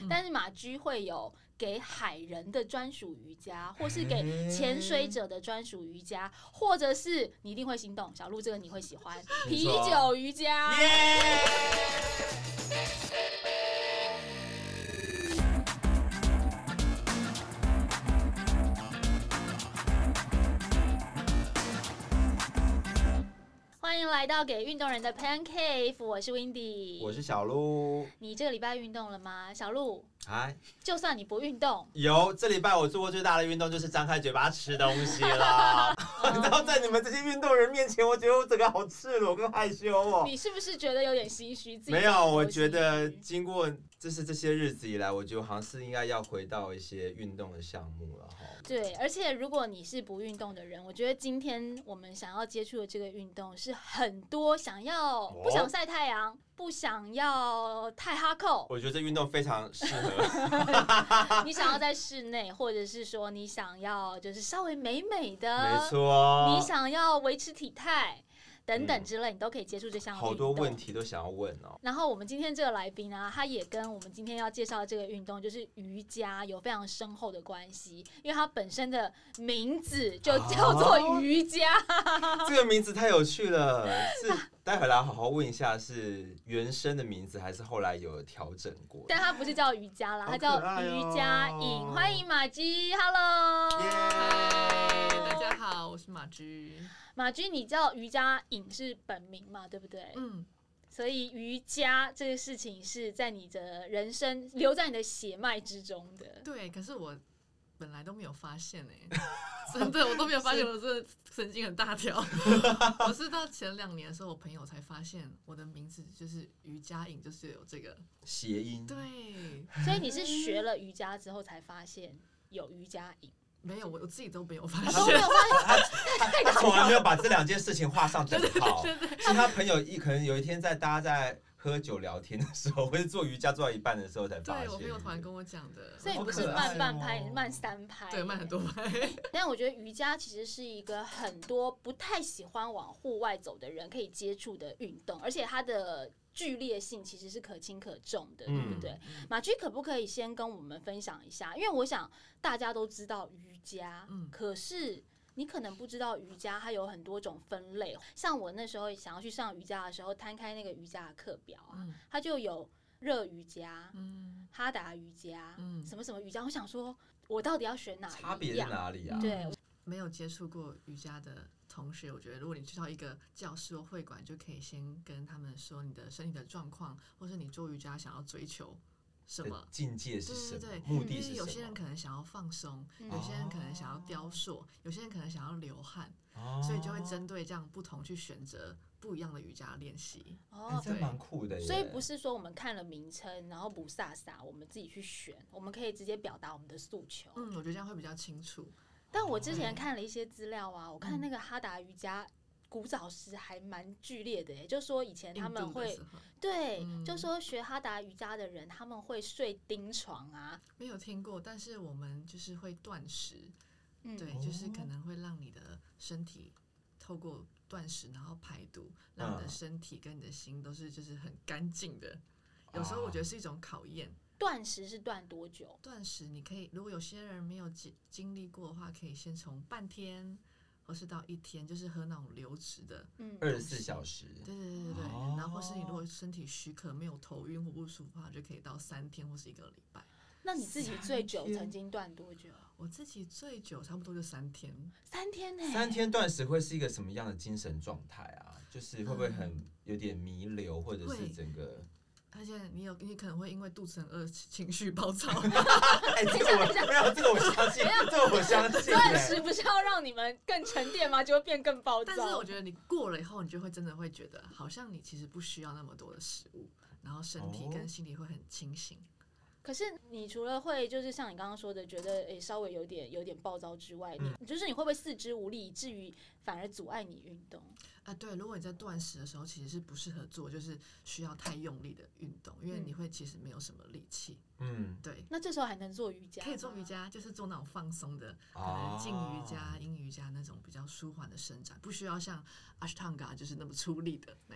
但是马居会有给海人的专属瑜伽，或是给潜水者的专属瑜伽，或者是你一定会心动，小鹿这个你会喜欢啤酒瑜伽。欢迎来到给运动人的 Pancake， 我是 Windy， 我是小鹿。 你这个礼拜运动了吗，小鹿？ 哎， 就算你不运动， 有这礼拜我做过最大的运动就是张开嘴巴吃东西了。你知道，在你们这些运动人面前，我觉得我整个好赤裸跟害羞哦。 你是不是觉得有点心虚？ 没有，我觉得经过这些日子以来，我觉得好像是应该要回到一些运动的项目了哈。 对，而且如果你是不运动的人，我觉得今天我们想要接触的这个运动是很多想要不想晒太阳，不想要太哈扣。 我觉得这运动非常适合。 你想要在室内，或者是说你想要就是稍微美美的， 没错， 你想要维持体态等等之类，你都可以接触这项运动。 好多问题都想要问哦。 然后我们今天这个来宾啊，他也跟我们今天要介绍的这个运动就是瑜伽有非常深厚的关系，因为它本身的名字就叫做瑜伽。 这个名字太有趣了，是待会来好好问一下，是原生的名字还是后来有调整过？ 但它不是叫瑜伽啦，它叫瑜伽饮。欢迎马居 ，Hello， 嗨，大家好，我是马居。 马居，你叫瑜伽饮是本名嘛，对不对？ 嗯， 所以瑜伽这个事情是在你的人生留在你的血脉之中的。 对，可是我本来都没有发现真的我都没有发现，我真的神经很大条。我是到前2年的时候，我朋友才发现我的名字就是瑜伽饮，就是有这个谐音。 对， 所以你是学了瑜伽之后才发现有瑜伽饮？ 没有，我自己都没有发都没现。 有发现， 他从来没有把这2件事情画上等号。是他朋友可能有一天大家在喝酒聊天的时候，或者做瑜伽做到一半的时候才发现。 对，我朋友突然跟我讲的。 所以你不是慢半拍，你是慢3拍。 对，慢很多拍。 但我觉得瑜伽其实是一个很多不太喜欢往户外走的人可以接触的运动，而且它的剧烈性其实是可轻可重的，对不对？马居可不可以先跟我们分享一下？因为我想大家都知道瑜伽，可是你可能不知道瑜伽它有很多种分类。像我那时候想要去上瑜伽的时候，摊开那个瑜伽的课表啊，它就有热瑜伽、哈达瑜伽、什么什么瑜伽。我想说，我到底要选哪一样？ 差别在哪里啊？ 对， 没有接触过瑜伽的同学，我觉得如果你去到一个教室或会馆，就可以先跟他们说你的身体的状况，或是你做瑜伽想要追求什么境界是什么？ 对， 目的是什么？ 因为有些人可能想要放松，有些人可能想要雕塑，有些人可能想要流汗，所以就会针对这样不同去选择不一样的瑜伽练习。 这蛮酷的耶。 所以不是说我们看了名称，然后不飒飒，我们自己去选，我们可以直接表达我们的诉求。 我觉得这样会比较清楚。 但我之前看了一些资料啊，我看那个哈达瑜伽古早时还蛮剧烈的耶，就说以前他们会对，就说学哈达瑜伽的人他们会睡钉床啊。 没有听过，但是我们就是会断食，对，就是可能会让你的身体透过断食然后排毒，让你的身体跟你的心都是就是很干净的。有时候我觉得是一种考验。 断食是断多久？ 断食你可以，如果有些人没有经历过的话，可以先从半天，或是到1天，就是喝那种流质的 ，24小时。 对，然后或是你如果身体许可，没有头晕或不舒服的话，就可以到3天或是1个礼拜。 那你自己最久曾经断多久？ 我自己最久差不多就3天。 3天呢 ？3天断食会是一个什么样的精神状态啊？就是会不会有点弥留，或者是整个？ 而且你可能会因为肚子很饿，情绪暴躁。 这个我相信，这个我相信。 断食不是要让你们更沉淀吗？就会变更暴躁。 但是我觉得你过了以后，你就会真的会觉得，好像你其实不需要那么多的食物，然后身体跟心理会很清醒。 可是你除了会就是像你刚刚说的，觉得稍微有点暴躁之外，就是你会不会四肢无力，以至于反而阻碍你运动？ 对，如果你在断食的时候，其实是不适合做就是需要太用力的运动，因为你会其实没有什么力气。对。 那这时候还能做瑜伽？ 可以做瑜伽，就是做那种放松的，可能静瑜伽、阴瑜伽那种比较舒缓的伸展，不需要像 Ashtanga 就是那么出力的那种。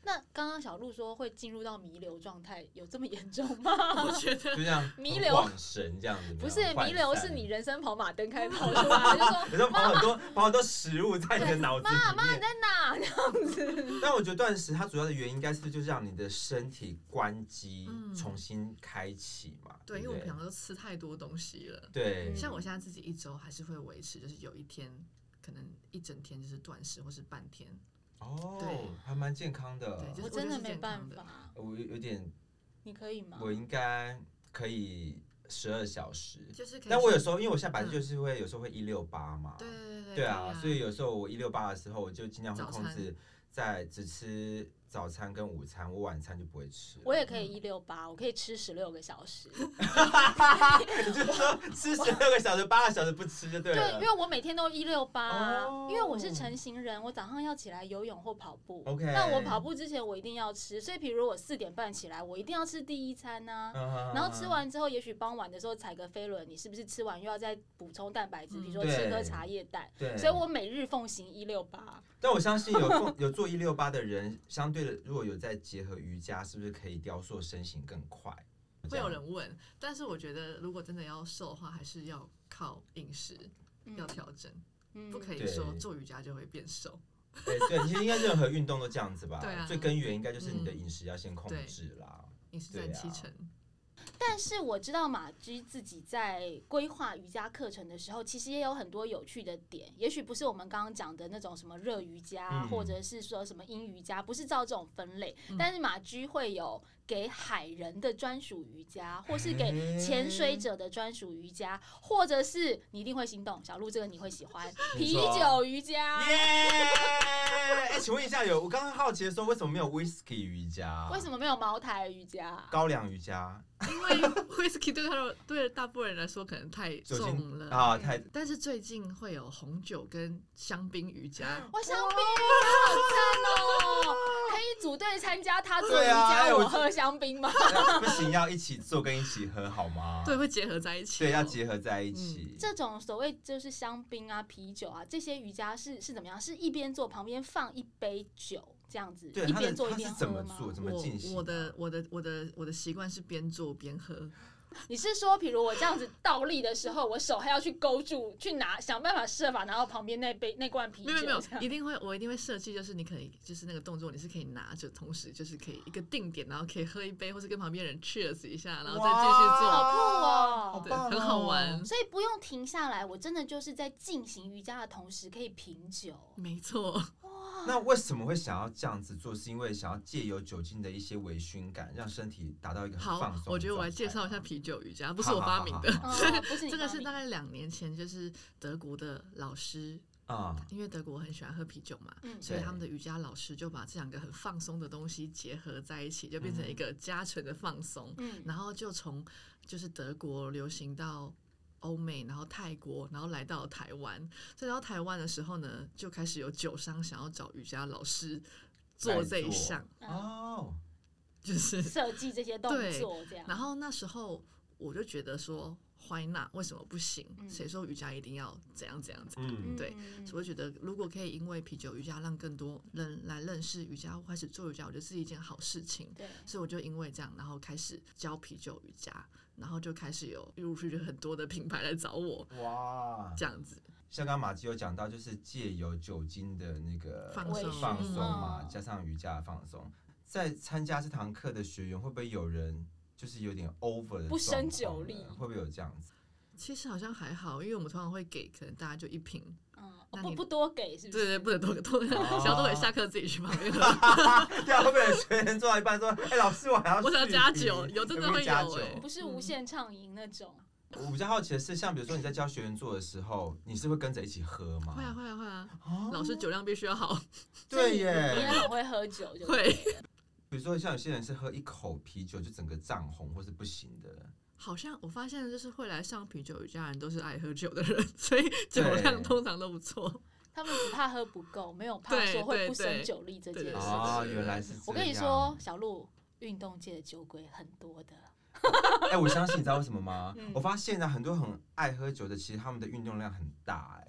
那刚刚小鹿说会进入到弥留状态，有这么严重吗？ 我觉得就像弥留晃神这样子， 不是弥留，是你人生跑马灯开始跑出来， 就说有时候跑很多食物在你的脑子里面。 妈你在哪？这样子。 但我觉得断食它主要的原因应该是就是让你的身体关机，重新开启嘛。 对，因为我们平常都吃太多东西了。 对， 像我现在自己1周还是会维持，就是有一天可能一整天就是断食，或是半天。 对，还蛮健康的。 对， 我真的没办法。 我有点， 你可以吗？ 我应该可以12小时， 就是可以。 但我有时候因为我现在本来就是会有时候会168嘛， 对啊，所以有时候我168的时候，我就尽量会控制在只吃早餐跟午餐，我晚餐就不会吃。 我也可以168，我可以吃16个小时。 你就说吃16个小时，8个小时不吃就对了。 对，因为我每天都168，因为我是晨型人，我早上要起来游泳或跑步。 OK， 那我跑步之前我一定要吃，所以比如我4点半起来，我一定要吃第一餐啊。然后吃完之后，也许傍晚的时候踩个飞轮，你是不是吃完又要再补充蛋白质？比如说吃颗茶叶蛋。 对， 所以我每日奉行168。 但我相信有做168的人，相对的，如果有在结合瑜伽，是不是可以雕塑身形更快？ 会有人问，但是我觉得如果真的要瘦的话，还是要靠饮食，要调整，不可以说做瑜伽就会变瘦。 对，其实应该任何运动都这样子吧。 对啊， 最根源应该就是你的饮食要先控制啦。 饮食占70%。 但是我知道马居自己在规划瑜伽课程的时候，其实也有很多有趣的点。也许不是我们刚刚讲的那种什么热瑜伽，或者是说什么阴瑜伽，不是照这种分类。但是马居会有给海人的专属瑜伽，或是给潜水者的专属瑜伽，或者是你一定会心动，小鹿这个你会喜欢啤酒瑜伽。 耶！请问一下，我刚刚好奇的说，为什么没有 whisky 瑜伽？ 为什么没有茅台瑜伽？ 高粱瑜伽？ 因为 whisky 对大部分人来说可能太重了啊，但是最近会有红酒跟香槟瑜伽。 哇，香槟好赞哦！可以组队参加，他做瑜伽，我喝香槟吗？ 不行，要一起做跟一起喝好吗？ 对，会结合在一起。 对，要结合在一起。 这种所谓就是香槟啊、啤酒啊这些瑜伽是怎么样？是一边做旁边放一杯酒。这样子一边做一边喝吗？ 怎么进行？ 我的习惯是边做边喝。 你是说，比如我这样子倒立的时候，我手还要去勾住，去想办法设法拿到旁边那罐啤酒？ 没有，我一定会设计，就是你可以就是那个动作，你是可以拿着，同时就是可以一个定点，然后可以喝一杯，或是跟旁边人 cheers 一下，然后再继续做。 好酷哦， 对，很好玩。 所以不用停下来，我真的就是在进行瑜伽的同时可以品酒。 没错。 那为什么会想要这样子做？是因为想要借由酒精的一些微醺感，让身体达到一个很放松。 好，我觉得我来介绍一下啤酒瑜伽，不是我发明的，这个是大概2年前，就是德国的老师因为德国很喜欢喝啤酒嘛，所以他们的瑜伽老师就把这2个很放松的东西结合在一起，就变成一个加成的放松。然后就从就是德国流行到欧美，然后泰国，然后来到台湾。所以到台湾的时候呢，就开始有酒商想要找瑜伽老师做这一项就是设计这些动作这样。 然后那时候我就觉得说 ，Why not？ 为什么不行？谁说瑜伽一定要怎样？对，所以我觉得如果可以因为啤酒瑜伽让更多人来认识瑜伽或开始做瑜伽，我觉得是一件好事情。 对， 所以我就因为这样，然后开始教啤酒瑜伽。然后就开始有陆续很多的品牌来找我，哇，这样子。 像刚刚马基有讲到，就是借由酒精的那个放松嘛，加上瑜伽的放松，在参加这堂课的学员会不会有人就是有点 over 的不胜酒力？ 会不会有这样子？ 其实好像还好，因为我们通常会给，可能大家就1瓶。 不多给是不是？ 对，不能多给，小都可以下课自己去旁边喝。 对啊，会不会有学员做到一半说：“老师，我还要加酒，有真的会有不是无限畅饮那种。 我比较好奇的是，像比如说你在教学员做的时候，你是会跟着一起喝吗？ 会啊，老师酒量必须要好。 对耶， 你也很会喝酒， 会。 比如说像有些人是喝1口啤酒就整个涨红，或是不行的。 好像我发现就是会来上啤酒瑜伽的人都是爱喝酒的人，所以酒量通常都不错。 他们只怕喝不够，没有怕说会不胜酒力这件事情。 原来是这样。 我跟你说，小鹿，运动界的酒鬼很多的。 我相信你知道为什么吗？我发现很多很爱喝酒的，其实他们的运动量很大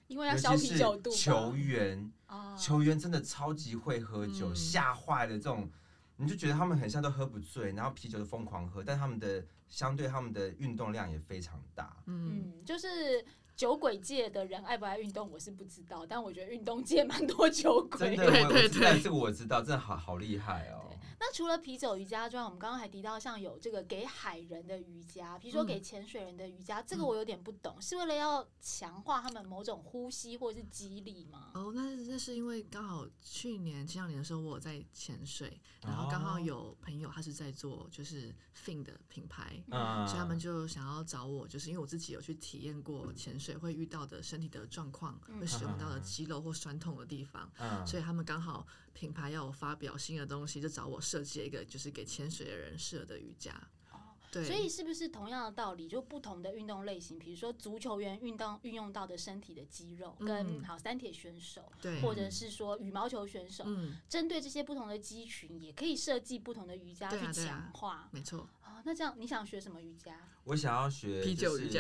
因为要消啤酒肚。 球员，球员真的超级会喝酒，吓坏了这种。你就觉得他们很像都喝不醉，然后啤酒都疯狂喝，但他们的运动量也非常大。 就是酒鬼界的人爱不爱运动我是不知道，但我觉得运动界蛮多酒鬼。 真的，对，这个我知道，真的好厉害哦。 那除了啤酒瑜伽之外，我们刚刚还提到像有这个给海人的瑜伽，比如说给潜水人的瑜伽，这个我有点不懂，是为了要强化他们某种呼吸或者是肌力吗？ 那是因为刚好去年青少年的时候，我有在潜水，然后刚好有朋友他是在做就是 Fin 的品牌，所以他们就想要找我，就是因为我自己有去体验过潜水会遇到的身体的状况，会使用到的肌肉或酸痛的地方，所以他们刚好品牌要我发表新的东西，就找我设计一个就是给潜水的人适合的瑜伽。对， 所以是不是同样的道理，就不同的运动类型，比如说足球员运用到的身体的肌肉，跟三铁选手，或者是说羽毛球选手，针对这些不同的肌群，也可以设计不同的瑜伽去强化。 没错。 那这样你想学什么瑜伽？ 我想要学啤酒瑜伽。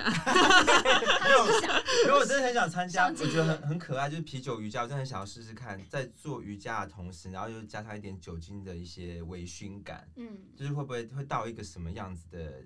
因为我真的很想参加，我觉得很可爱，就是啤酒瑜伽，我真的很想要试试看，在做瑜伽的同时，然后又加上一点酒精的一些微醺感，就是会到一个什么样子的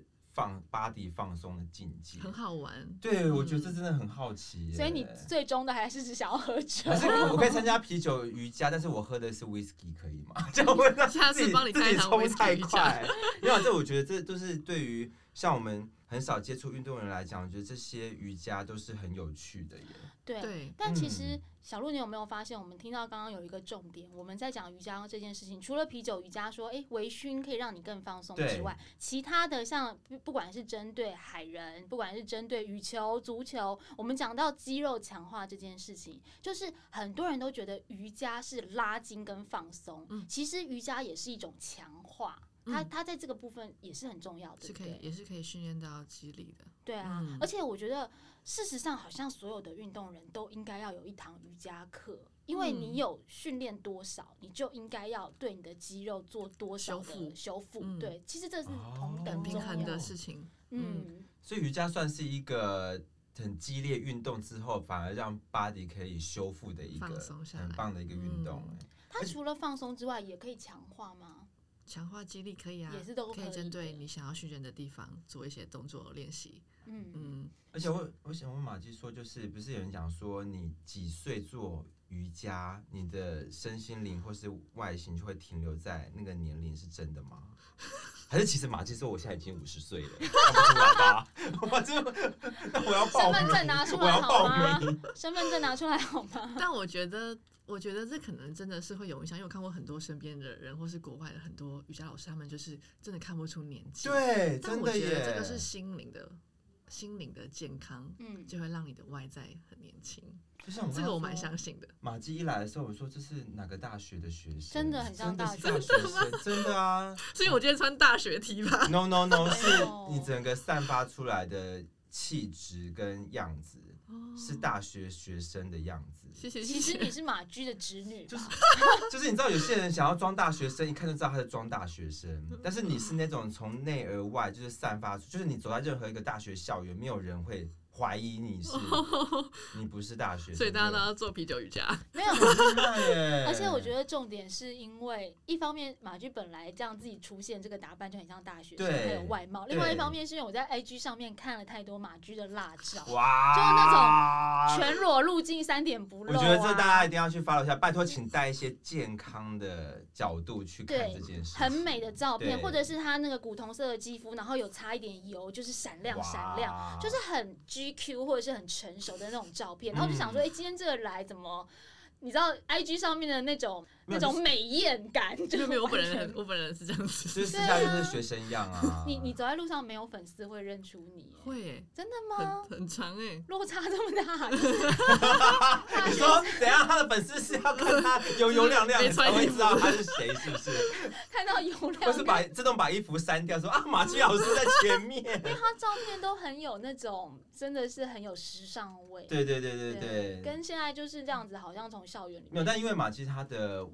body 放松的境界， 很好玩。 对，我觉得这真的很好奇。 所以你最终的还是只想要喝酒？ 可是我可以参加啤酒瑜伽，但是我喝的是 whisky 可以吗？ 下次帮你开一堂 whisky 瑜伽。 没有，这我觉得这都是对于像我们很少接触运动员来讲，我觉得这些瑜伽都是很有趣的耶。 对，但其实小鹿，你有没有发现，我们听到刚刚有一个重点，我们在讲瑜伽这件事情，除了啤酒瑜伽说，微醺可以让你更放松之外，其他的像不管是针对海人，不管是针对羽球、足球，我们讲到肌肉强化这件事情，就是很多人都觉得瑜伽是拉筋跟放松，其实瑜伽也是一种强化。它在这个部分也是很重要的， 也是可以训练到肌力的。 对啊，而且我觉得事实上好像所有的运动人都应该要有一堂瑜伽课，因为你有训练多少，你就应该要对你的肌肉做多少的修复。对，其实这是同等平衡的事情。 所以瑜伽算是一个很激烈运动之后，反而让 body 可以修复的一个很棒的一个运动。 它除了放松之外，也可以强化吗？ 强化肌力可以啊， 也是都可以针对你想要训练的地方做一些动作练习。 而且我想问马基说，就是不是有人讲说，你几岁做瑜伽，你的身心灵或是外形就会停留在那个年龄，是真的吗？还是其实马基说我现在已经50岁了，看不出来吧？我要报名， 身份证拿出来好吗？身份证拿出来好吗？ 但我觉得这可能真的是会有影响，因为我看过很多身边的人，或是国外的很多瑜伽老师，他们就是真的看不出年纪。 对， 但我觉得这个是心灵的健康，就会让你的外在很年轻。 就像这个我蛮相信的。 马基一来的时候，我说这是哪个大学的学生？ 真的很像大学生，真的啊！ 所以我今天穿大学 T 吧 ？No， 是你整个散发出来的气质跟样子，是大学学生的样子。 谢谢。 其实你是马居的侄女吧？ 就是你知道有些人想要装大学生，一看就知道他是装大学生，但是你是那种从内而外就是散发出，就是你走在任何一个大学校园，没有人会怀疑你不是大学生， 所以大家都要做啤酒瑜伽。 没有，而且我觉得重点是因为一方面马居本来这样自己出现这个打扮就很像大学生，还有外貌；另外一方面是因为我在 IG 上面看了太多马居的辣照， 哇， 就是那种全裸路径3点不露。 我觉得这大家一定要去 follow 一下，拜托，请带一些健康的角度去看这件事， 很美的照片，或者是他那个古铜色的肌肤，然后有擦一点油，就是闪亮，就是很 GQ 或者是很成熟的那种照片，然后就想说，今天这个来怎么？你知道 IG 上面的那种美艳感，就没有我本人是这样子， 就是私下就是学生样啊。 你走在路上没有粉丝会认出你？ 会耶， 真的吗？ 很长哎， 落差这么大。 你说怎样？他的粉丝是要看他油亮亮，你才会知道他是谁，是不是？ 看到油亮， 或是自动把衣服删掉，说啊，马基老师在前面。因为他照片都很有那种，真的是很有时尚味。 对， 跟现在就是这样子，好像从校园里面没有，但因为马基他的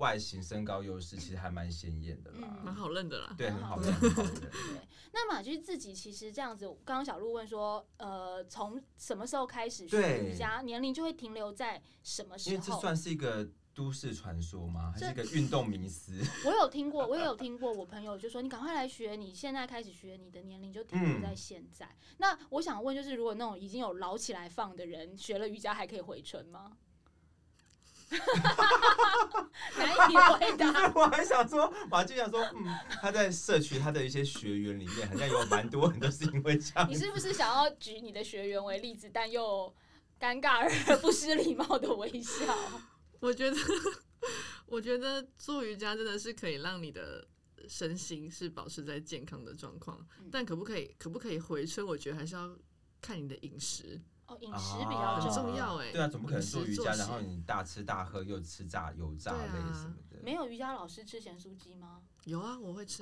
外形身高优势其实还蛮显眼的啦， 蛮好认的啦。 对，很好认，很好认。 对，那马驹自己其实这样子，刚刚小鹿问说，从什么时候开始学瑜伽，年龄就会停留在什么时候？ 因为这算是一个都市传说吗？还是一个运动迷思？ 我有听过，我朋友就说你赶快来学，你现在开始学，你的年龄就停留在现在。那我想问，就是如果那种已经有老起来放的人，学了瑜伽还可以回春吗？难以回答。 我还想说，马驹想说，他在社区他的一些学员里面，好像有蛮多人都是因为这样。 你是不是想要举你的学员为例子，但又尴尬而不失礼貌的微笑？ 我觉得做瑜伽真的是可以让你的身心是保持在健康的状况，但可不可以回春，我觉得还是要看你的饮食。 饮食比较重要对啊，总不可能做瑜伽，然后你大吃大喝又吃油炸类什么的。 没有瑜伽老师吃咸酥鸡吗？ 有啊，我会吃。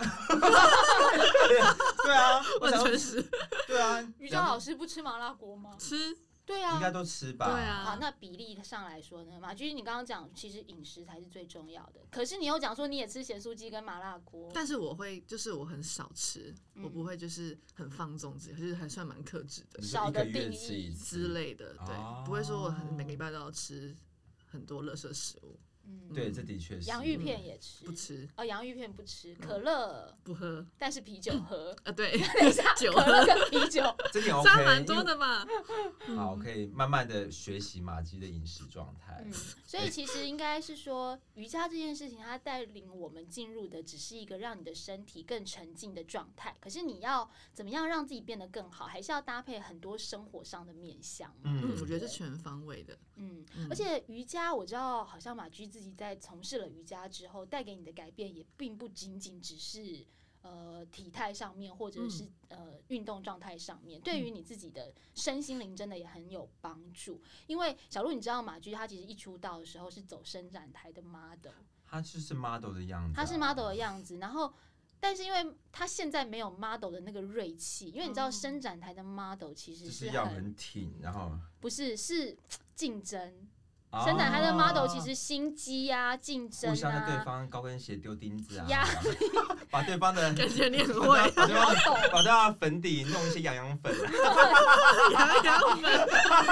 对啊， 我很诚实。 对啊， 瑜伽老师不吃麻辣锅吗？ 吃。 对啊， 应该都吃吧。 对啊。 好，那比例上来说呢？马驹，你刚刚讲，其实饮食才是最重要的。可是你又讲说你也吃咸酥鸡跟麻辣锅， 但是我很少吃，我不会就是很放纵自己，就是还算蛮克制的， 少的定义之类的，对，不会说我每个礼拜都要吃很多垃圾食物。 对，这的确是。 洋芋片也吃？ 不吃。 洋芋片不吃，可乐不喝， 但是啤酒喝。 对。 等一下，可乐跟啤酒这点 OK， 差蛮多的吧？ 好，可以慢慢的学习马驹的饮食状态。 所以其实应该是说，瑜伽这件事情，它带领我们进入的只是一个让你的身体更沉静的状态。可是你要怎么样让自己变得更好，还是要搭配很多生活上的面向。 我觉得是全方位的。 而且瑜伽，我知道好像马驹自己在从事了瑜伽之后，带给你的改变也并不仅仅只是体态上面，或者是运动状态上面，对于你自己的身心灵真的也很有帮助。因为小鹿，你知道马驹他其实一出道的时候是走伸展台的 model， 他就是 model 的样子， 他是 model 的样子，然后。但是因为他现在没有 model 的那个锐气，因为你知道伸展台的 model 其实是要很挺，然后不是竞争。伸展台的 model 其实心机啊、竞争啊， 互相在对方高跟鞋丢钉子啊，把对方的感觉你很会， 把对方的粉底弄一些羊粉， 羊粉，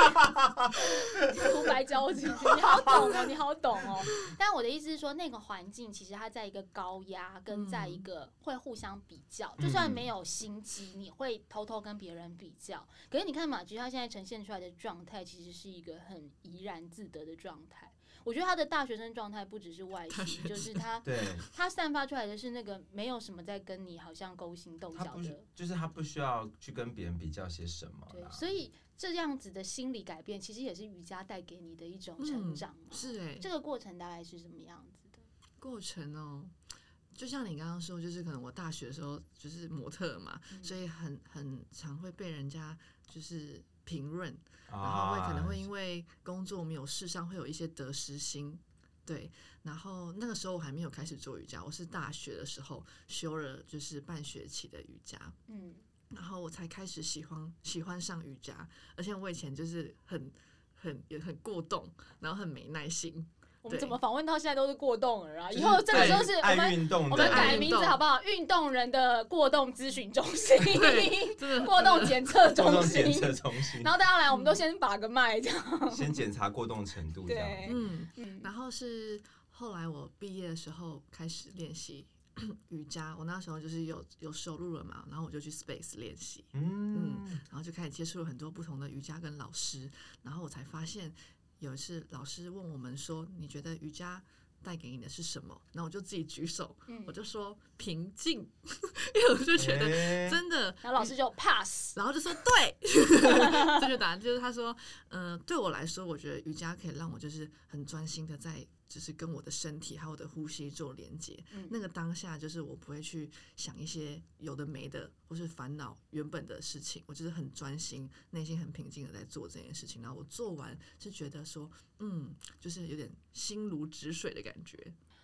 涂白胶进去，你好懂哦，你好懂哦。但我的意思是说，那个环境其实它在一个高压，跟在一个会互相比较，就算没有心机，你会偷偷跟别人比较。可是你看马驹他现在呈现出来的状态，其实是一个很怡然自得的状态。我觉得他的大学生状态不只是外形，就是他散发出来的是那个没有什么在跟你好像勾心斗角的， 就是他不需要去跟别人比较些什么。 对，所以这样子的心理改变，其实也是瑜伽带给你的一种成长嘛。 是这个过程大概是什么样子的？ 过程哦，就像你刚刚说，就是可能我大学的时候就是模特嘛，所以很常会被人家就是评论。然后可能会因为工作没有事上会有一些得失心，对。然后那个时候我还没有开始做瑜伽，我是大学的时候修了就是半学期的瑜伽，然后我才开始喜欢上瑜伽。而且我以前就是很过动，然后很没耐心。 我们怎么访问到现在都是过动儿啊？以后这个就是我们改名字好不好？运动人的过动咨询中心，过动检测中心。然后大家来，我们都先把个脉，这样先检查过动程度，这样。 然后是后来我毕业的时候开始练习瑜伽，我那时候就是有收入了嘛，然后我就去 Space 练习，然后就开始接触了很多不同的瑜伽跟老师，然后我才发现。有一次老师问我们说，你觉得瑜伽带给你的是什么？然后我就自己举手，我就说平静，因为我就觉得真的， 然后老师就 pass， 然后就说对，这个答案就是他说，对我来说，我觉得瑜伽可以让我就是很专心的在。就是跟我的身体还有我的呼吸做连接，那个当下就是我不会去想一些有的没的或是烦恼原本的事情，我就是很专心，内心很平静的在做这件事情。然后我做完是觉得说，就是有点心如止水的感觉。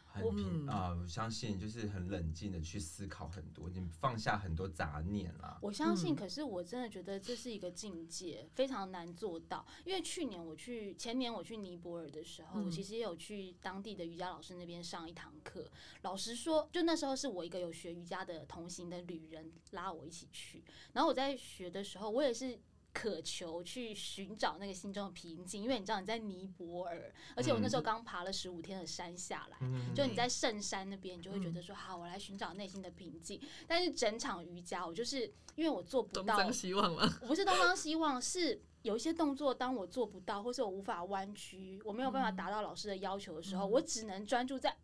我相信就是很冷静的去思考很多，你放下很多杂念啦。 我相信，可是我真的觉得这是一个境界，非常难做到。因为前年我去尼泊尔的时候，我其实也有去当地的瑜伽老师那边上一堂课。老实说，就那时候是我一个有学瑜伽的同行的旅人拉我一起去，然后我在学的时候，我也是渴求去寻找那个心中的平静，因为你知道你在尼泊尔，而且我那时候刚爬了15天的山下来，就你在圣山那边，你就会觉得说好，我来寻找内心的平静。但是整场瑜伽，我就是因为我做不到， 东张西望吗？ 我不是东张西望，是有一些动作，当我做不到，或是我无法弯曲，我没有办法达到老师的要求的时候，我只能专注在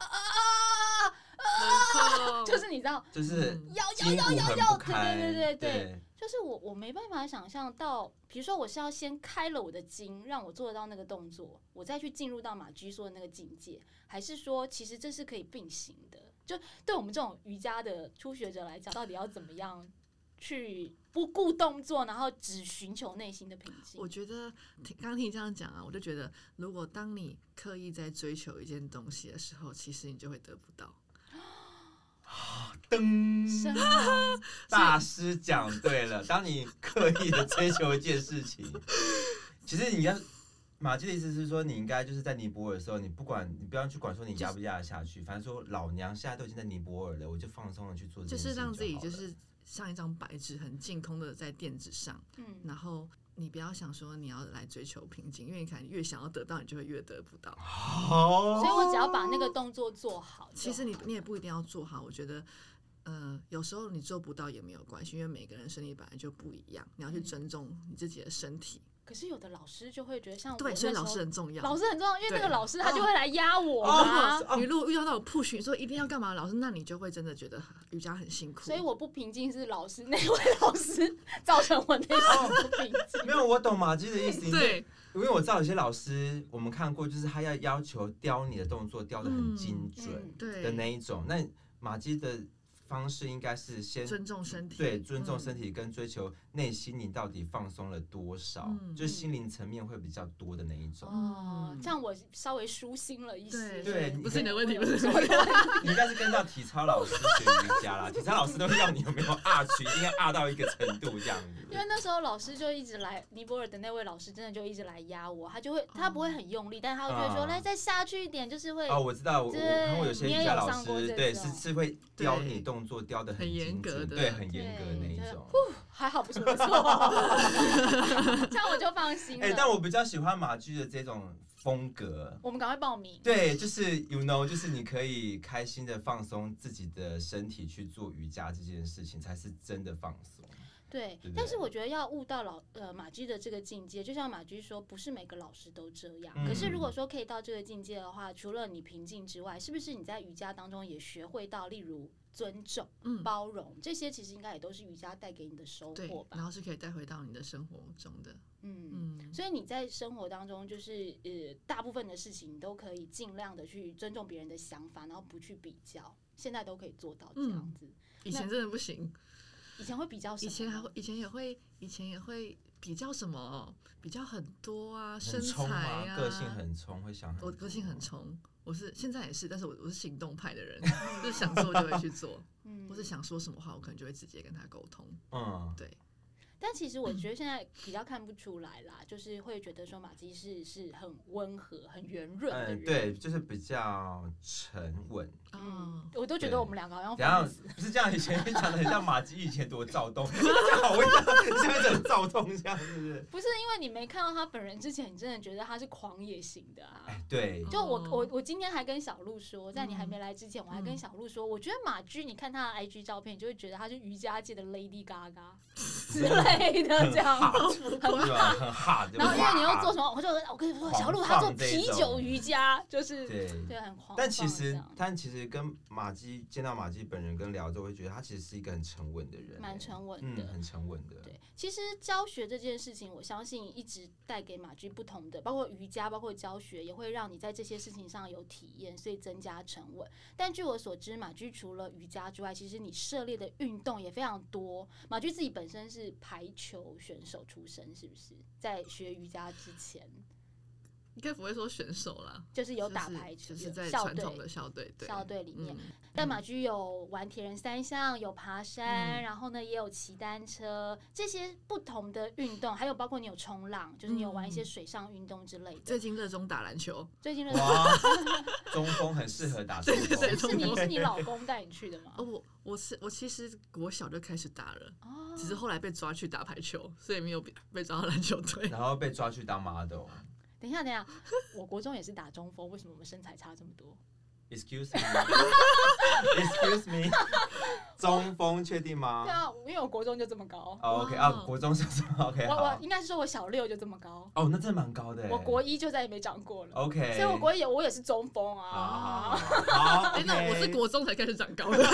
就是你知道， 就是要，对，就是我没办法想象到，比如说我是要先开了我的筋，让我做得到那个动作，我再去进入到马居说的那个境界，还是说其实这是可以并行的？就对我们这种瑜伽的初学者来讲，到底要怎么样去不顾动作，然后只寻求内心的平静？ 我觉得刚听你这样讲啊，我就觉得，如果当你刻意在追求一件东西的时候，其实你就会得不到。 噔，大师讲对了。当你刻意的追求一件事情，其实马基的意思是说，你应该就是在尼泊尔的时候，你不要去管说你压不压得下去，反正说老娘现在都已经在尼泊尔了，我就放松的去做这件事情就是让自己就是像一张白纸，很净空的在垫纸上，然后你不要想说你要来追求平静，因为你可能越想要得到，你就会越得不到。 所以我只要把那个动作做好。 其实你也不一定要做好，我觉得。有时候你做不到也没有关系，因为每个人身体本来就不一样，你要去尊重你自己的身体。 可是有的老师就会觉得像我， 对，所以老师很重要。 老师很重要，因为那个老师他就会来压我你如果遇到那种 push， 你说一定要干嘛，老师，那你就会真的觉得瑜伽很辛苦。 所以我不平静是老师那位老师造成我内心不平静。 没有，我懂马基的意思。 对， 因为我知道有些老师我们看过，就是他要求雕你的动作雕得很精准的那一种。那马基的方式应该是先尊重身体， 对，尊重身体跟追求内心你到底放松了多少，就心灵层面会比较多的那一种。 这样我稍微舒心了一些。 对， 不是你的问题，不是你应该是跟到体操老师学瑜伽啦，体操老师都会要你有没有曲，一定要到一个程度这样子。 因为那时候老师就一直来，尼泊尔的那位老师真的就一直来压我，他不会很用力，但是他会说来再下去一点，就是会。 我知道，我看过有些瑜伽老师，对，是会雕你动作雕得很严格的， 对，很严格的那一种。 还好不是我错，这样我就放心了。 但我比较喜欢马居的这种风格。 我们赶快报名。 对，就是 就是你可以开心的放松自己的身体去做瑜伽这件事情，才是真的放松。 对，但是我觉得要悟到马居的这个境界，就像马居说，不是每个老师都这样。可是如果说可以到这个境界的话，除了你平静之外，是不是你在瑜伽当中也学会到，例如尊重、包容，这些其实应该也都是瑜伽带给你的收获吧？ 然后是可以带回到你的生活中的。 所以你在生活当中，就是大部分的事情你都可以尽量的去尊重别人的想法，然后不去比较，现在都可以做到这样子。 以前真的不行。 以前会比较什么？ 以前也会比较什么？比较很多啊，身材啊， 个性很冲，会想很多。 我个性很冲，现在也是，但是我是行动派的人，就是想做就会去做，或是想说什么话，我可能就会直接跟他沟通。对。 但其实我觉得现在比较看不出来啦，就是会觉得说马基是很温和、很圆润的人。 对，就是比较沉稳。 我都觉得我们两个好像然后不是这样，以前讲的很像马基以前多躁动，好会像很躁动这样，是不是？ 不是，因为你没看到他本人之前，你真的觉得他是狂野型的啊。 对。 就我今天还跟小鹿说，在你还没来之前，我还跟小鹿说，我觉得马居，你看他的 IG 照片，你就会觉得他是瑜伽界的 Lady Gaga 之类的，这样很 hard。 然后因为你又做什么，我跟你说，小鹿他做啤酒瑜伽，就是对很狂。 但其实跟马基见到马基本人跟聊之后，会觉得他其实是一个很沉稳的人， 蛮沉稳的， 很沉稳的。 对，其实教学这件事情，我相信一直带给马居不同的，包括瑜伽，包括教学，也会让你在这些事情上有体验，所以增加沉稳。但据我所知，马居除了瑜伽之外，其实你涉猎的运动也非常多。马居自己本身是排球选手出身，是不是？在学瑜伽之前。 应该不会说选手啦， 就是有打排球， 就是在传统的校队里面。但马驹有玩铁人三项，有爬山，然后呢也有骑单车，这些不同的运动，还有包括你有冲浪，就是你有玩一些水上运动之类的。 最近热衷打篮球， 哇，中锋很适合打中锋。 是你老公带你去的吗？ 我其实国小就开始打了，只是后来被抓去打排球，所以没有被抓到篮球队， 然后被抓去当 model。 等一下，我国中也是打中锋，为什么我们身材差这么多 ？Excuse me， 中锋确定吗？ 对啊，因为我国中就这么高。 OK 国中是什么 ？OK， 我应该是说我小6就这么高。 哦，那真的蛮高的。 我国1就再也没长过了。 OK， 所以我国1我也是中锋啊。 好， 那我是国中才开始长高的。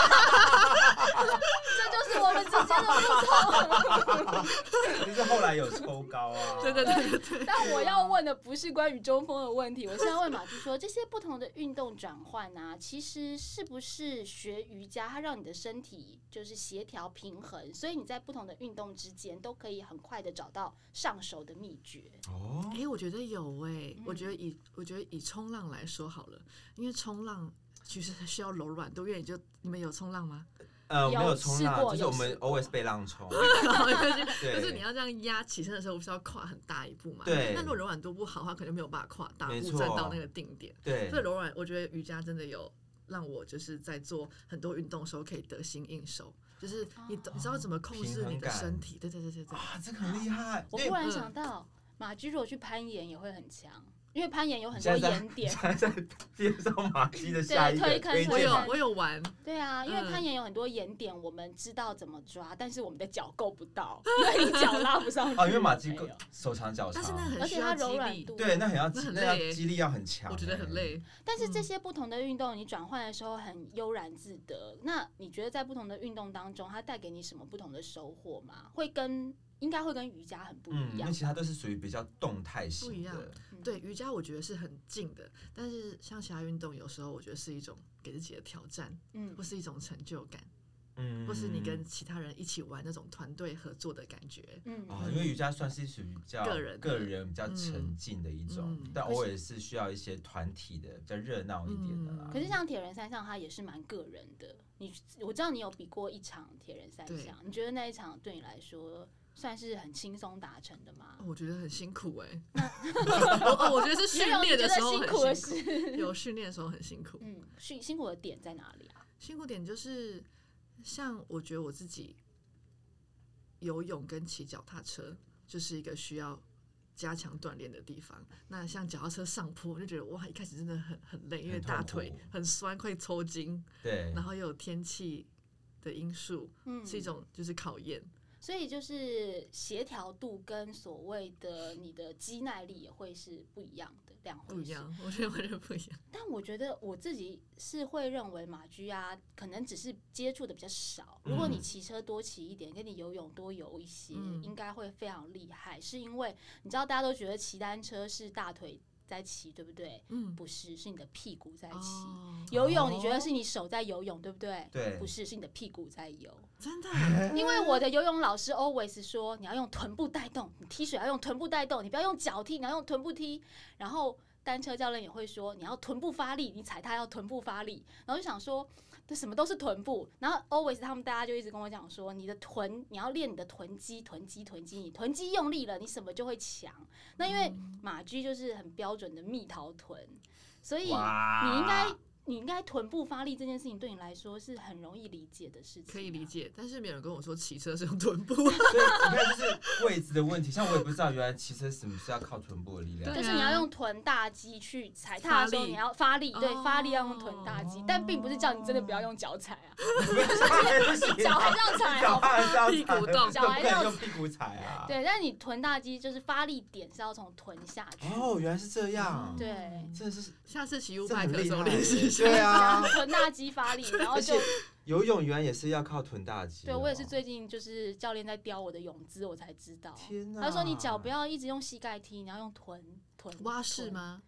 这就是我们之间的不同。 你是后来有抽高啊？ 对。 但我要问的不是关于中锋的问题，我是要问马驹说，这些不同的运动转换啊，其实是不是学瑜伽，它让你的身体就是协调平衡，所以你在不同的运动之间都可以很快的找到上手的秘诀。 我觉得有我觉得以冲浪来说好了，因为冲浪其实需要柔软度，因为你们有冲浪吗？ 我没有冲浪，就是我们 always 被浪冲。 就是你要这样压起身的时候，不是要跨很大一步嘛？ 对。 那如果柔软度不好的话，可能没有办法跨大步站到那个定点。 对。 所以柔软，我觉得瑜伽真的有让我就是在做很多运动的时候可以得心应手，就是你知道怎么控制你的身体。对。 哇，这个很厉害！ 我忽然想到，马驹如果去攀岩也会很强。因为攀岩有很多岩点， 现在在介绍马驹的下一个推荐。 我有玩。 对啊，因为攀岩有很多岩点，我们知道怎么抓，但是我们的脚够不到，因为你脚拉不上去。 因为马驹手长脚长， 但是那很需要肌力， 对，那要肌力要很强， 我觉得很累。 但是这些不同的运动，你转换的时候很悠然自得。那你觉得在不同的运动当中，它带给你什么不同的收获吗？应该会跟瑜伽很不一样， 因为其他都是属于比较动态型的。 不一样。对，瑜伽我觉得是很静的，但是像其他运动，有时候我觉得是一种给自己的挑战，或是一种成就感，或是你跟其他人一起玩那种团队合作的感觉。 因为瑜伽算是属于比较个人比较沉静的一种，但偶尔是需要一些团体的比较热闹一点的啦。 可是像铁人三项，它也是蛮个人的。我知道你有比过一场铁人三项，你觉得那一场对你来说算是很轻松达成的吗？ 我觉得很辛苦我觉得是训练的时候很辛苦，有训练的时候很辛苦。 辛苦的点在哪里啊？ 辛苦点就是像我觉得我自己游泳跟骑脚踏车就是一个需要加强锻炼的地方。那像脚踏车上坡，我就觉得哇，一开始真的很累，因为大腿很酸，快抽筋。 对， 然后又有天气的因素，是一种就是考验。 所以就是协调度跟所谓的你的肌耐力也会是不一样的，两回事。 不一样，我觉得完全不一样。 但我觉得我自己是会认为马驹啊，可能只是接触的比较少。如果你骑车多骑一点，跟你游泳多游一些，应该会非常厉害。是因为你知道大家都觉得骑单车是大腿在骑，对不对？不是，是你的屁股在骑。游泳你觉得是你手在游泳，对不对？ 对， 不是，是你的屁股在游。 真的？ 因为我的游泳老师 always 说，你要用臀部带动，你踢水要用臀部带动，你不要用脚踢，你要用臀部踢。然后单车教练也会说，你要臀部发力，你踩踏要臀部发力。然后就想说，这什么都是臀部。然后 always 他们大家就一直跟我讲说，你的臀，你要练你的臀肌，你臀肌用力了，你什么就会强。那因为马驹就是很标准的蜜桃臀，所以你应该臀部发力这件事情对你来说是很容易理解的事情。 可以理解，但是没有人跟我说骑车是用臀部。 所以你看，就是位置的问题。像我也不知道，原来骑车什么是要靠臀部的力量， 就是你要用臀大肌去踩踏的时候，你要发力，对，发力要用臀大肌，但并不是叫你真的不要用脚踩啊，脚还是要踩， 脚还是要屁股动， 脚还是要用屁股踩啊。 对，但你臀大肌就是发力点是要从臀下去。 原来是这样。 对， 真的是， 下次骑 U-bike 的时候练习。 对啊， 臀大肌发力，然后就游泳原来也是要靠臀大肌。 对，我也是最近就是教练在雕我的泳姿，我才知道。 天哪！ 他说你脚不要一直用膝盖踢，你要用臀。 蛙式吗？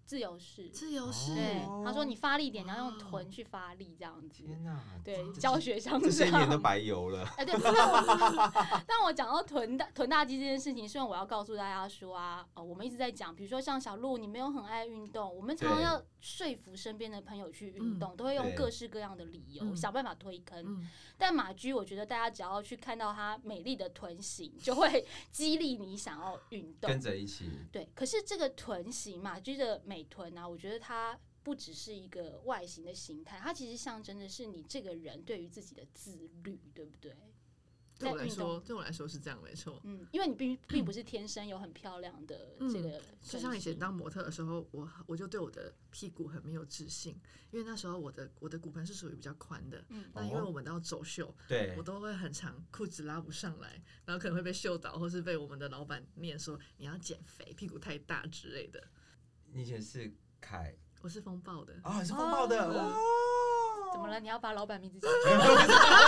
自由式， 对， 他说你发力点你要用臀去发力这样子。 天哪， 对，教学上这些年都白游了。 对，但我讲到臀大肌这件事情，虽然我要告诉大家说啊，我们一直在讲，比如说像小鹿，你没有很爱运动，我们常常要说服身边的朋友去运动，都会用各式各样的理由想办法推坑。但马驹，我觉得大家只要去看到她美丽的臀型，就会激励你想要运动， 跟着一起。 对，可是这个臀型，马驹的美臀啊，我觉得它不只是一个外形的形态，它其实象征的是你这个人对于自己的自律，对不对？ 对我来说是这样，没错。 因为你并不是天生有很漂亮的这个， 就像以前当模特的时候，我就对我的屁股很没有自信，因为那时候我的骨盆是属于比较宽的，那因为我们都要走秀， 对， 我都会很长裤子拉不上来，然后可能会被秀导或是被我们的老板念说你要减肥，屁股太大之类的。 你以前是凯， 我是风暴的啊，是风暴的哦。 怎么了？你要把老板名字讲出来？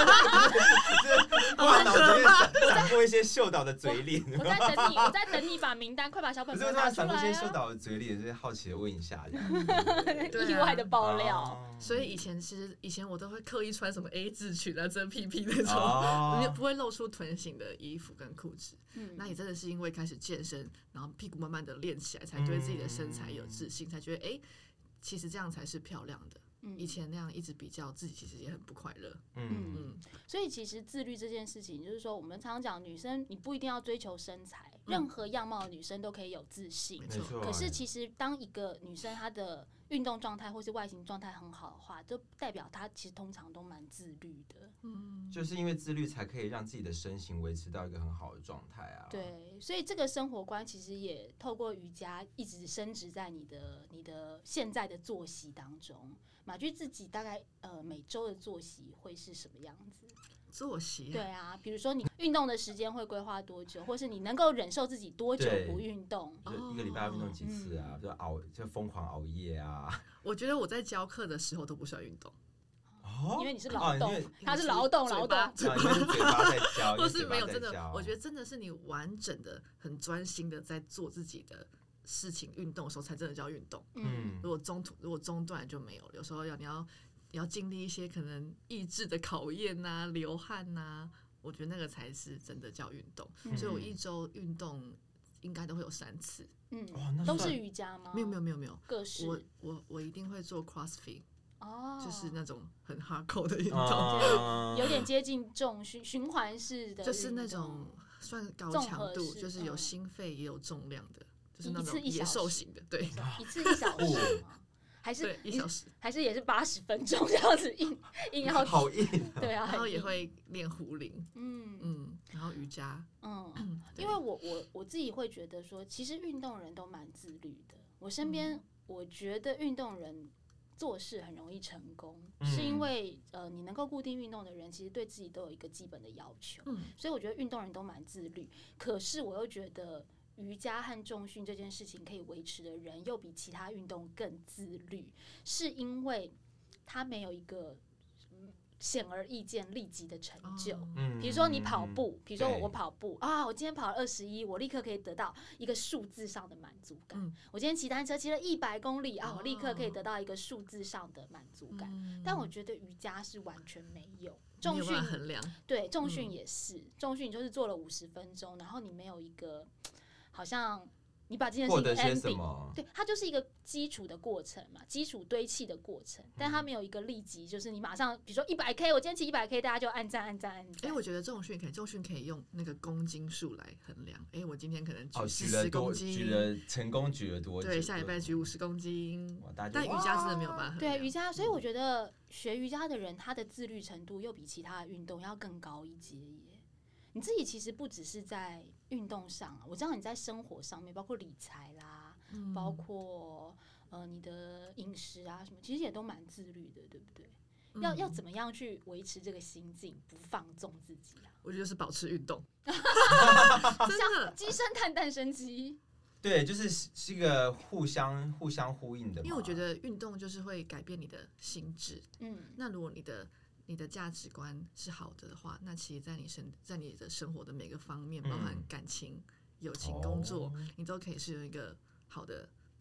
我脑子里面闪过一些秀导的嘴脸。 我在等你把名单，快把小本本拿出来。 闪过一些秀导的嘴脸，就是好奇的问一下， 意外的爆料。 所以以前我都会刻意穿什么 A 字裙啊、遮屁屁那种，不会露出臀型的衣服跟裤子。那也真的是因为开始健身，然后屁股慢慢的练起来，才对自己的身材有自信，才觉得其实这样才是漂亮的。以前那样一直比较自己，其实也很不快乐。 所以其实自律这件事情，就是说我们常常讲，女生你不一定要追求身材，任何样貌的女生都可以有自信。 没错。 可是其实当一个女生她的运动状态或是外形状态很好的话，就代表她其实通常都蛮自律的。 就是因为自律才可以让自己的身形维持到一个很好的状态啊。 对，所以这个生活观其实也透过瑜伽一直深植在你的现在的作息当中。马驹自己大概每周的作息会是什么样子？ 作息对啊，比如说你运动的时间会规划多久，或是你能够忍受自己多久不运动？ 就一个礼拜要运动几次啊？就疯狂熬夜啊？ 我觉得我在教课的时候都不需要运动。 因为你是劳动，他是劳动， 嘴巴在教， 或是没有真的，我觉得真的是你完整的、很专心的在做自己的事情、运动的时候，才真的叫运动。如果中断就没有了。有时候你要经历一些可能意志的考验啊、流汗啊，我觉得那个才是真的叫运动。所以我一周运动应该都会有3次。 都是瑜伽吗？ 没有， 各式。 我一定会做 CrossFit。就是那种很 hardcore 的运动，有点接近重循环式的， 就是那种算高强度，就是有心肺也有重量的，就是那种野兽型的，对， 一次1小时吗？还是 1小时？ 还是也是80分钟这样子硬要好硬， 对啊， 然后也会练壶铃，然后瑜伽， 因为我自己会觉得说，其实运动人都蛮自律的。我身边我觉得运动人做事很容易成功，是因为你能够固定运动的人，其实对自己都有一个基本的要求，所以我觉得运动人都蛮自律。可是我又觉得瑜伽和重训这件事情可以维持的人，又比其他运动更自律，是因为他没有一个显而易见立即的成就。比如说你跑步，比如说我跑步啊，我今天跑了21，我立刻可以得到一个数字上的满足感。我今天骑单车骑了100公里啊，我立刻可以得到一个数字上的满足感。但我觉得瑜伽是完全没有。重训衡量， 对，重训也是，重训就是做了50分钟，然后你没有一个好像你把这件事情 ending， 对，它就是一个基础的过程嘛，基础堆砌的过程，但它没有一个立即，就是你马上，比如说100K， 我今天骑100K， 大家就按赞。 我觉得重训可以用那个公斤数来衡量。我今天可能举40公斤， 成功举了多久？ 对，下礼拜举50公斤。但瑜伽真的没有办法衡量。 对瑜伽，所以我觉得学瑜伽的人，他的自律程度又比其他的运动要更高一阶耶。你自己其实不只是在运动上，我知道你在生活上面，包括理财啦，包括你的饮食啊什么，其实也都蛮自律的，对不对？要怎么样去维持这个心境，不放纵自己啊？ 我觉得是保持运动， 像鸡生蛋，蛋生鸡。 对，是一个互相呼应的嘛。 因为我觉得运动就是会改变你的心智。那如果你的价值观是好的话，那其实在你的生活的每个方面，包含感情、友情、工作，你都可以是有一个好的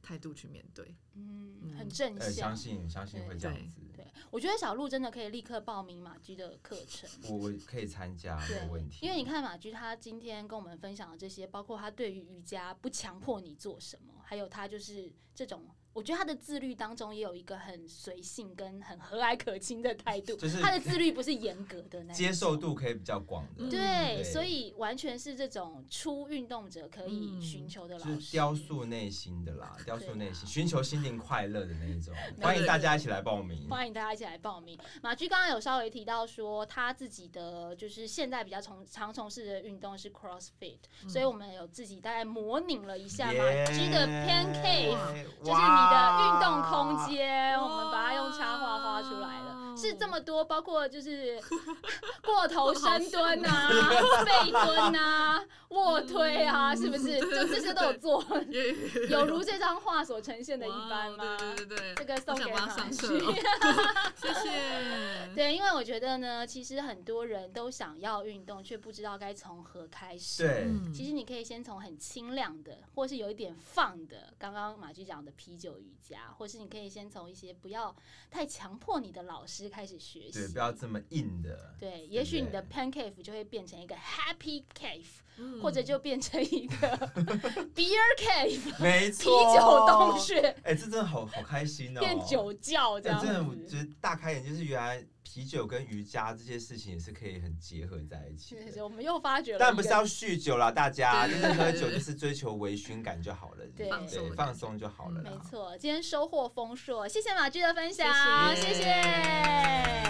态度去面对。 很正向， 相信会这样子。 对，我觉得小鹿真的可以立刻报名马居的课程， 我可以参加，没有问题。 因为你看马居他今天跟我们分享的这些，包括他对于瑜伽不强迫你做什么，还有他就是这种。我觉得他的自律当中也有一个很随性跟很和蔼可亲的态度，就是他的自律不是严格的那种， 接受度可以比较广的。 对，所以完全是这种初运动者可以寻求的老师， 就是雕塑内心的啦，雕塑内心，寻求心灵快乐的那一种。欢迎大家一起来报名， 欢迎大家一起来报名。马居刚刚有稍微提到说，他自己的就是现在比较常从事的运动是 CrossFit，所以我们有自己大概模拟了一下马居的 Pancake， 就是你的运动空间，我们把它用插画画出来了，是这么多，包括就是过头深蹲啊、背蹲啊、卧推啊，是不是？就这些都有做，有如这张画所呈现的一般吗？ 对， 这个送给马居， 谢谢。 对，因为我觉得呢，其实很多人都想要运动，却不知道该从何开始。 对， 其实你可以先从很轻量的，或是有一点放的，刚刚马居讲的啤酒瑜伽，或是你可以先从一些不要太强迫你的老师开始学习， 对，不要这么硬的。 对，也许你的 Pancake 就会变成一个 Happy Cave，或者就变成一个 Beer Cave， 没错， 啤酒洞穴。 这真的好开心哦， 变酒窖这样子。 真的，我觉得大开眼，就是原来啤酒跟瑜伽这些事情也是可以很结合在一起的。 是，我们又发掘了， 但不是要酗酒啦，大家就是喝酒就是追求微醺感就好了， 对， 放松就好了啦。 没错，今天收获丰硕，谢谢马居的分享，谢谢。